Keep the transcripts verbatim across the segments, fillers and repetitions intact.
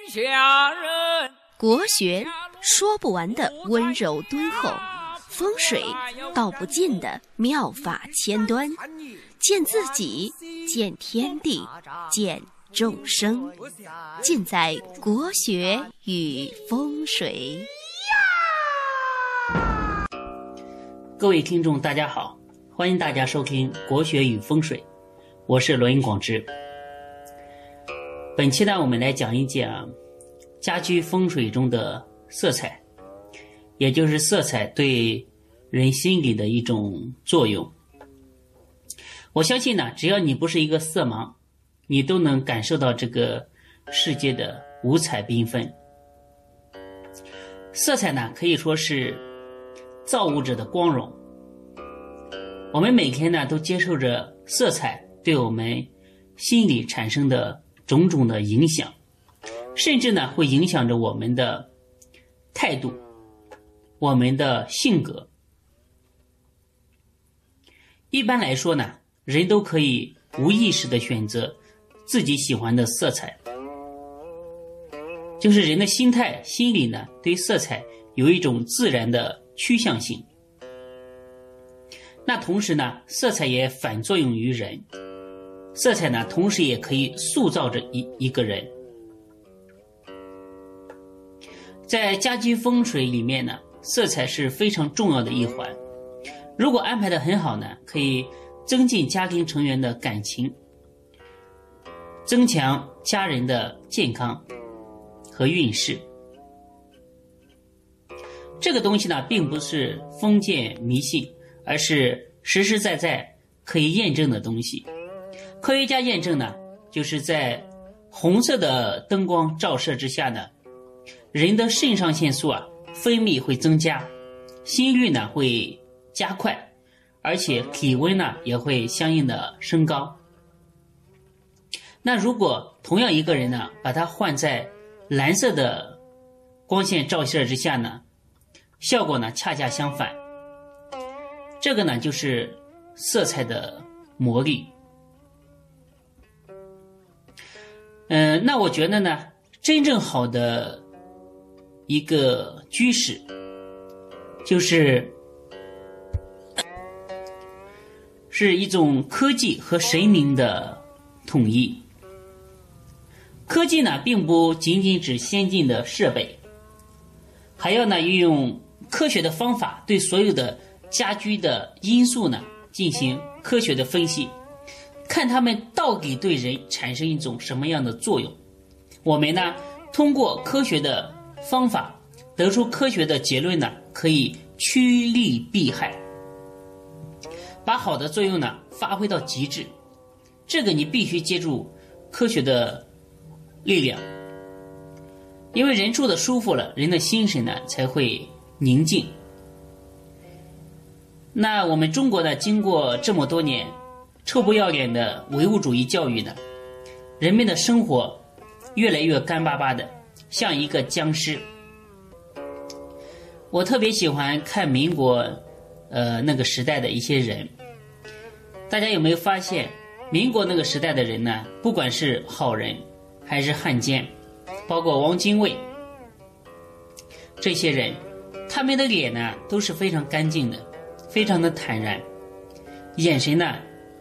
下人。 国学说不完的温柔敦厚，风水道不尽的妙法千端，见自己，见天地，见众生，尽在国学与风水。 各位听众大家好，欢迎大家收听国学与风水，我是罗云广之。本期呢，我们来讲一讲家居风水中的色彩，也就是色彩对人心理的一种作用。我相信呢，只要你不是一个色盲，你都能感受到这个世界的五彩缤纷。色彩呢，可以说是造物者的光荣。我们每天呢，都接受着色彩对我们心理产生的种种的影响，甚至呢，会影响着我们的态度，我们的性格。一般来说呢，人都可以无意识地选择自己喜欢的色彩，就是人的心态、心理呢，对色彩有一种自然的趋向性。那同时呢，色彩也反作用于人，色彩呢，同时也可以塑造着一一个人。在家居风水里面呢，色彩是非常重要的一环。如果安排得很好呢，可以增进家庭成员的感情，增强家人的健康和运势。这个东西呢，并不是封建迷信，而是实实在在可以验证的东西。科学家验证呢，就是在红色的灯光照射之下呢，人的肾上腺素啊分泌会增加，心率呢会加快，而且体温呢也会相应的升高。那如果同样一个人呢，把它换在蓝色的光线照射之下呢，效果呢恰恰相反。这个呢就是色彩的魔力。嗯、呃，那我觉得呢，真正好的一个居室，就是是一种科技和神明的统一。科技呢，并不仅仅指先进的设备，还要呢运用科学的方法，对所有的家居的因素呢进行科学的分析，看他们到底对人产生一种什么样的作用。我们呢，通过科学的方法得出科学的结论呢，可以趋利避害，把好的作用呢发挥到极致。这个你必须借助科学的力量，因为人住的舒服了，人的心神呢才会宁静。那我们中国呢，经过这么多年臭不要脸的唯物主义教育呢，人们的生活越来越干巴巴的，像一个僵尸。我特别喜欢看民国呃那个时代的一些人，大家有没有发现，民国那个时代的人呢，不管是好人还是汉奸，包括汪精卫这些人，他们的脸呢都是非常干净的，非常的坦然，眼神呢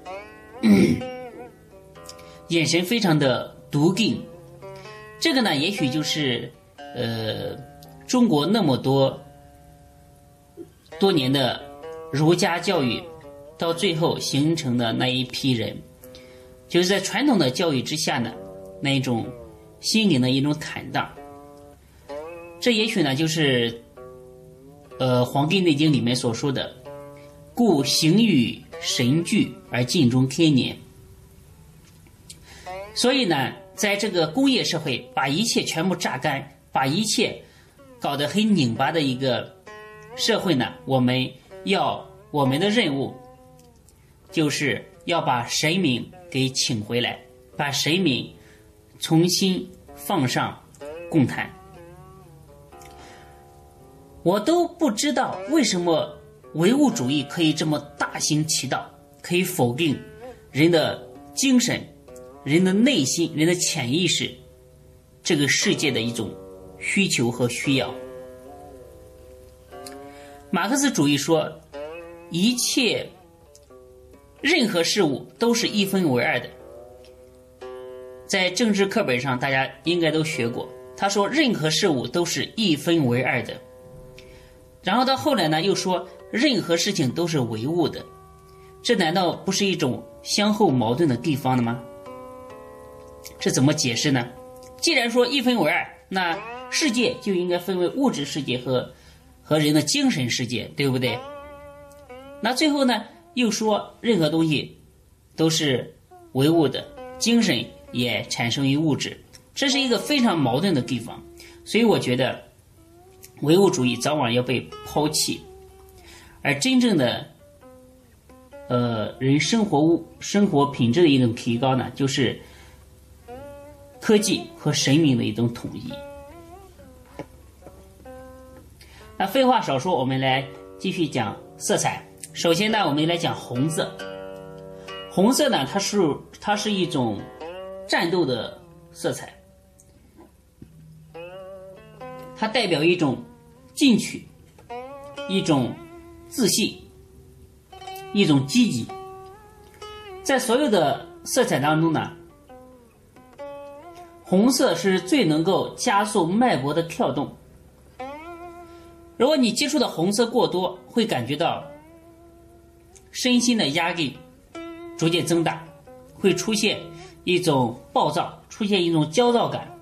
眼神非常的笃定。这个呢，也许就是呃中国那么多多年的儒家教育到最后形成的那一批人，就是在传统的教育之下呢，那一种心灵的一种坦荡。这也许呢，就是呃《黄帝内经》里面所说的故形与神俱而尽中天年。所以呢，在这个工业社会把一切全部榨干，把一切搞得很拧巴的一个社会呢，我们要我们的任务就是要把神明给请回来，把神明重新放上供坛。我都不知道为什么唯物主义可以这么大行其道，可以否定人的精神、人的内心、人的潜意识， 这个世界的一种需求和需要。马克思主义说，一切任何事物都是一分为二的。在政治课本上大家应该都学过，他说任何事物都是一分为二的。然后到后来呢又说任何事情都是唯物的，这难道不是一种相互矛盾的地方的吗？这怎么解释呢？既然说一分为二，那世界就应该分为物质世界和和人的精神世界，对不对？那最后呢又说任何东西都是唯物的，精神也产生于物质，这是一个非常矛盾的地方。所以我觉得唯物主义早晚要被抛弃，而真正的呃人生活物生活品质的一种提高呢，就是科技和神明的一种统一。那废话少说，我们来继续讲色彩。首先呢，我们来讲红色。红色呢，它是它是一种战斗的色彩，它代表一种进取，一种自信，一种积极。在所有的色彩当中呢，红色是最能够加速脉搏的跳动。如果你接触的红色过多，会感觉到身心的压力逐渐增大，会出现一种暴躁，出现一种焦躁感。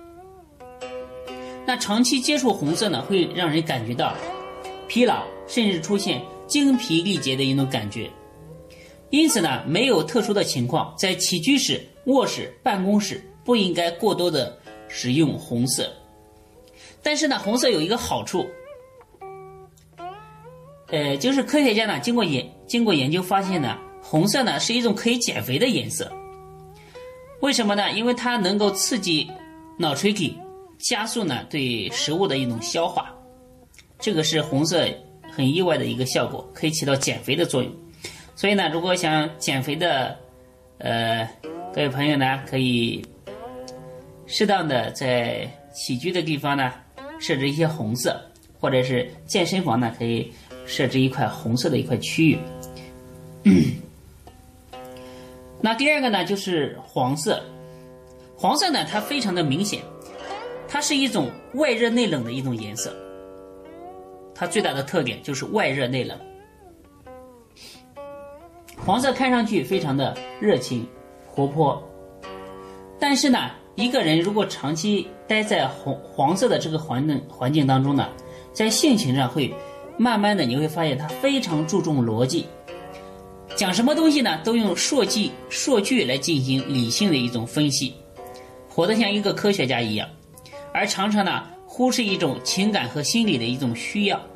那长期接触红色呢，会让人感觉到疲劳，甚至出现精疲力竭的一种感觉。因此呢，没有特殊的情况，在起居室、卧室、办公室不应该过多的使用红色。但是呢，红色有一个好处，呃，就是科学家呢经过研经过研究发现呢，红色呢是一种可以减肥的颜色。为什么呢？因为它能够刺激脑垂体，加速呢对食物的一种消化，这个是红色很意外的一个效果，可以起到减肥的作用。所以呢，如果想减肥的呃各位朋友呢，可以适当的在起居的地方呢设置一些红色，或者是健身房呢可以设置一块红色的一块区域。那第二个呢就是黄色。黄色呢它非常的明显，它是一种外热内冷的一种颜色，它最大的特点就是外热内冷。黄色看上去非常的热情活泼，但是呢一个人如果长期待在红黄色的这个环境环境当中呢，在性情上会慢慢的你会发现他非常注重逻辑，讲什么东西呢都用数据数据来进行理性的一种分析，活得像一个科学家一样，而常常呢忽视一种情感和心理的一种需要。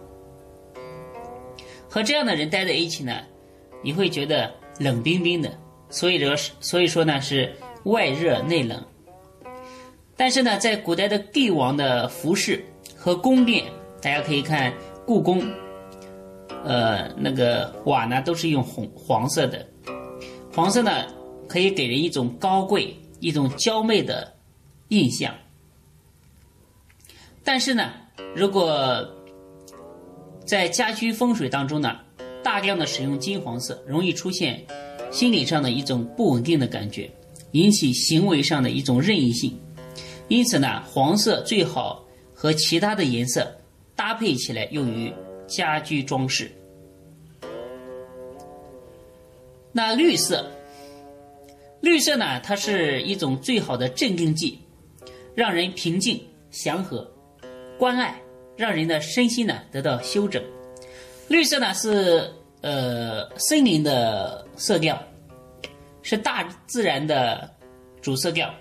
和这样的人待在一起呢，你会觉得冷冰冰的，所以说所以说呢是外热内冷。但是呢，在古代的帝王的服饰和宫殿，大家可以看故宫，呃，那个瓦呢都是用红黄色的。黄色呢可以给人一种高贵、一种娇媚的印象。但是呢，如果在家居风水当中呢，大量的使用金黄色，容易出现心理上的一种不稳定的感觉，引起行为上的一种任意性。因此呢，黄色最好和其他的颜色搭配起来用于家居装饰。那绿色，绿色呢，它是一种最好的镇定剂，让人平静、祥和、关爱，让人的身心呢得到休整。绿色呢是呃森林的色调，是大自然的主色调，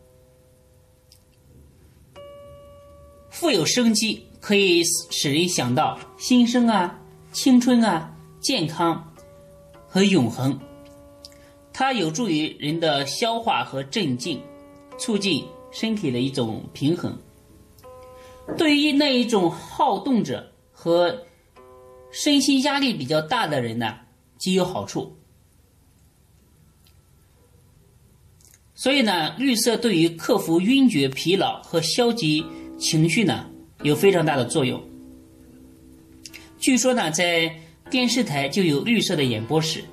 富有生机，可以使人想到新生啊、青春啊、健康和永恒。它有助于人的消化和镇静，促进身体的一种平衡。对于那一种好动者和身心压力比较大的人呢，极有好处。 所以呢，绿色对于克服晕厥、疲劳和消极情绪呢，有非常大的作用。据说呢，在电视台就有绿色的演播室，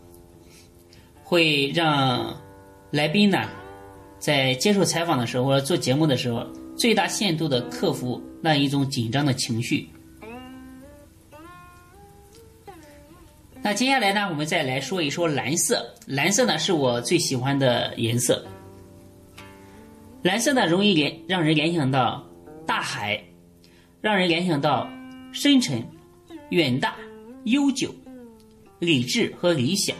会让来宾呢，在接受采访的时候或者做节目的时候，最大限度的克服那一种紧张的情绪。那接下来呢，我们再来说一说蓝色。蓝色呢，是我最喜欢的颜色。蓝色呢，容易联让人联想到大海，让人联想到深沉、远大、悠久、理智和理想。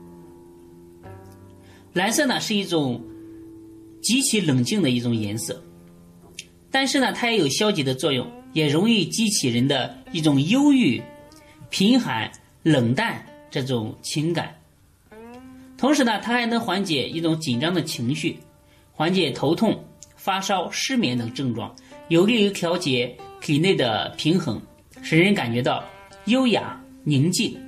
蓝色呢，是一种极其冷静的一种颜色，但是呢，它也有消极的作用，也容易激起人的一种忧郁、贫寒、冷淡这种情感。同时呢，它还能缓解一种紧张的情绪，缓解头痛、发烧、失眠等症状，有利于调节体内的平衡，使人感觉到优雅宁静。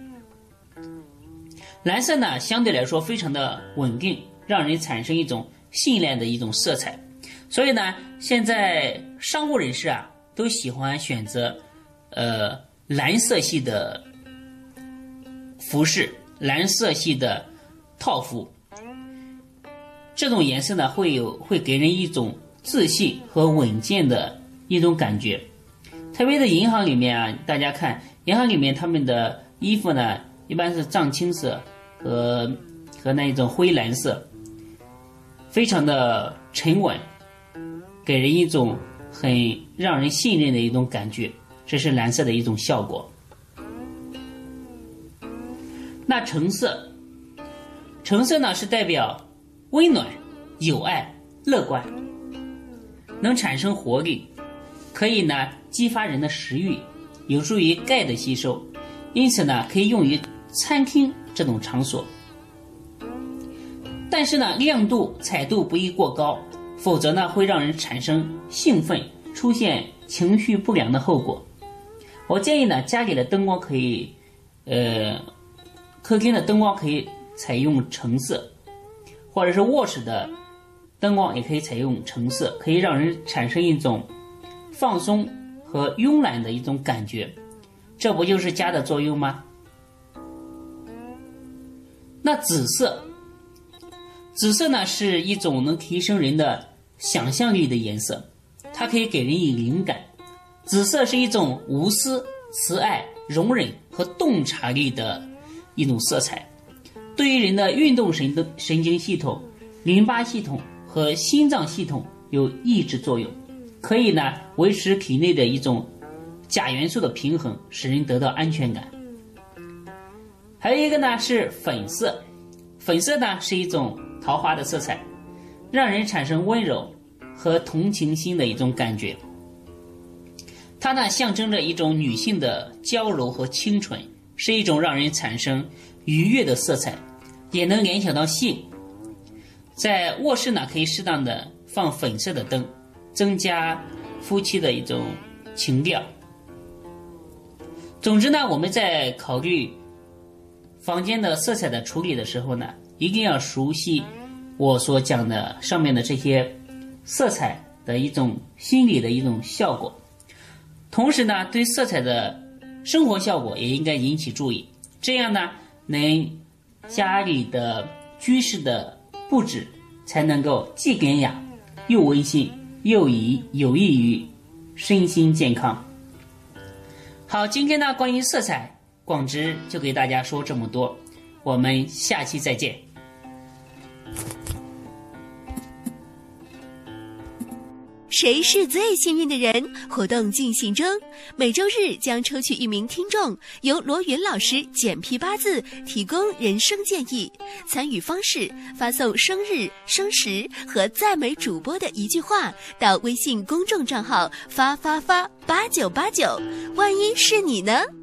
蓝色呢，相对来说非常的稳定，让人产生一种信赖的一种色彩。所以呢，现在商务人士啊，都喜欢选择呃蓝色系的服饰，蓝色系的套服。这种颜色呢，会有会给人一种自信和稳健的一种感觉。特别在银行里面啊，大家看银行里面他们的衣服呢，一般是藏青色和和那一种灰蓝色，非常的沉稳，给人一种很让人信任的一种感觉，这是蓝色的一种效果。那橙色，橙色呢是代表温暖、友爱、乐观，能产生活力，可以呢激发人的食欲，有助于钙的吸收，因此呢可以用于餐厅这种场所。但是呢，亮度、彩度不宜过高，否则呢会让人产生兴奋，出现情绪不良的后果。我建议呢，家里的灯光可以，呃，客厅的灯光可以采用橙色，或者是卧室的灯光也可以采用橙色，可以让人产生一种放松和慵懒的一种感觉，这不就是家的作用吗？那紫色，紫色呢是一种能提升人的想象力的颜色，它可以给人以灵感。紫色是一种无私、慈爱、容忍和洞察力的一种色彩，对于人的运动神的神经系统、淋巴系统和心脏系统有抑制作用，可以呢维持体内的一种钾元素的平衡，使人得到安全感。还有一个呢是粉色，粉色呢是一种桃花的色彩，让人产生温柔和同情心的一种感觉。它呢象征着一种女性的娇柔和清纯，是一种让人产生愉悦的色彩，也能联想到性。在卧室呢可以适当的放粉色的灯，增加夫妻的一种情调。总之呢，我们在考虑房间的色彩的处理的时候呢，一定要熟悉我所讲的上面的这些色彩的一种心理的一种效果，同时呢，对色彩的生活效果也应该引起注意，这样呢，能家里的居室的布置才能够既典雅又温馨，又以有益于身心健康。好，今天呢，关于色彩，广直就给大家说这么多，我们下期再见。 谁是最幸运的人？活动进行中，每周日将抽取一名听众，由罗云老师简批八字，提供人生建议。参与方式：发送生日、生时和赞美主播的一句话到微信公众账号发发发八九八九，万一是你呢？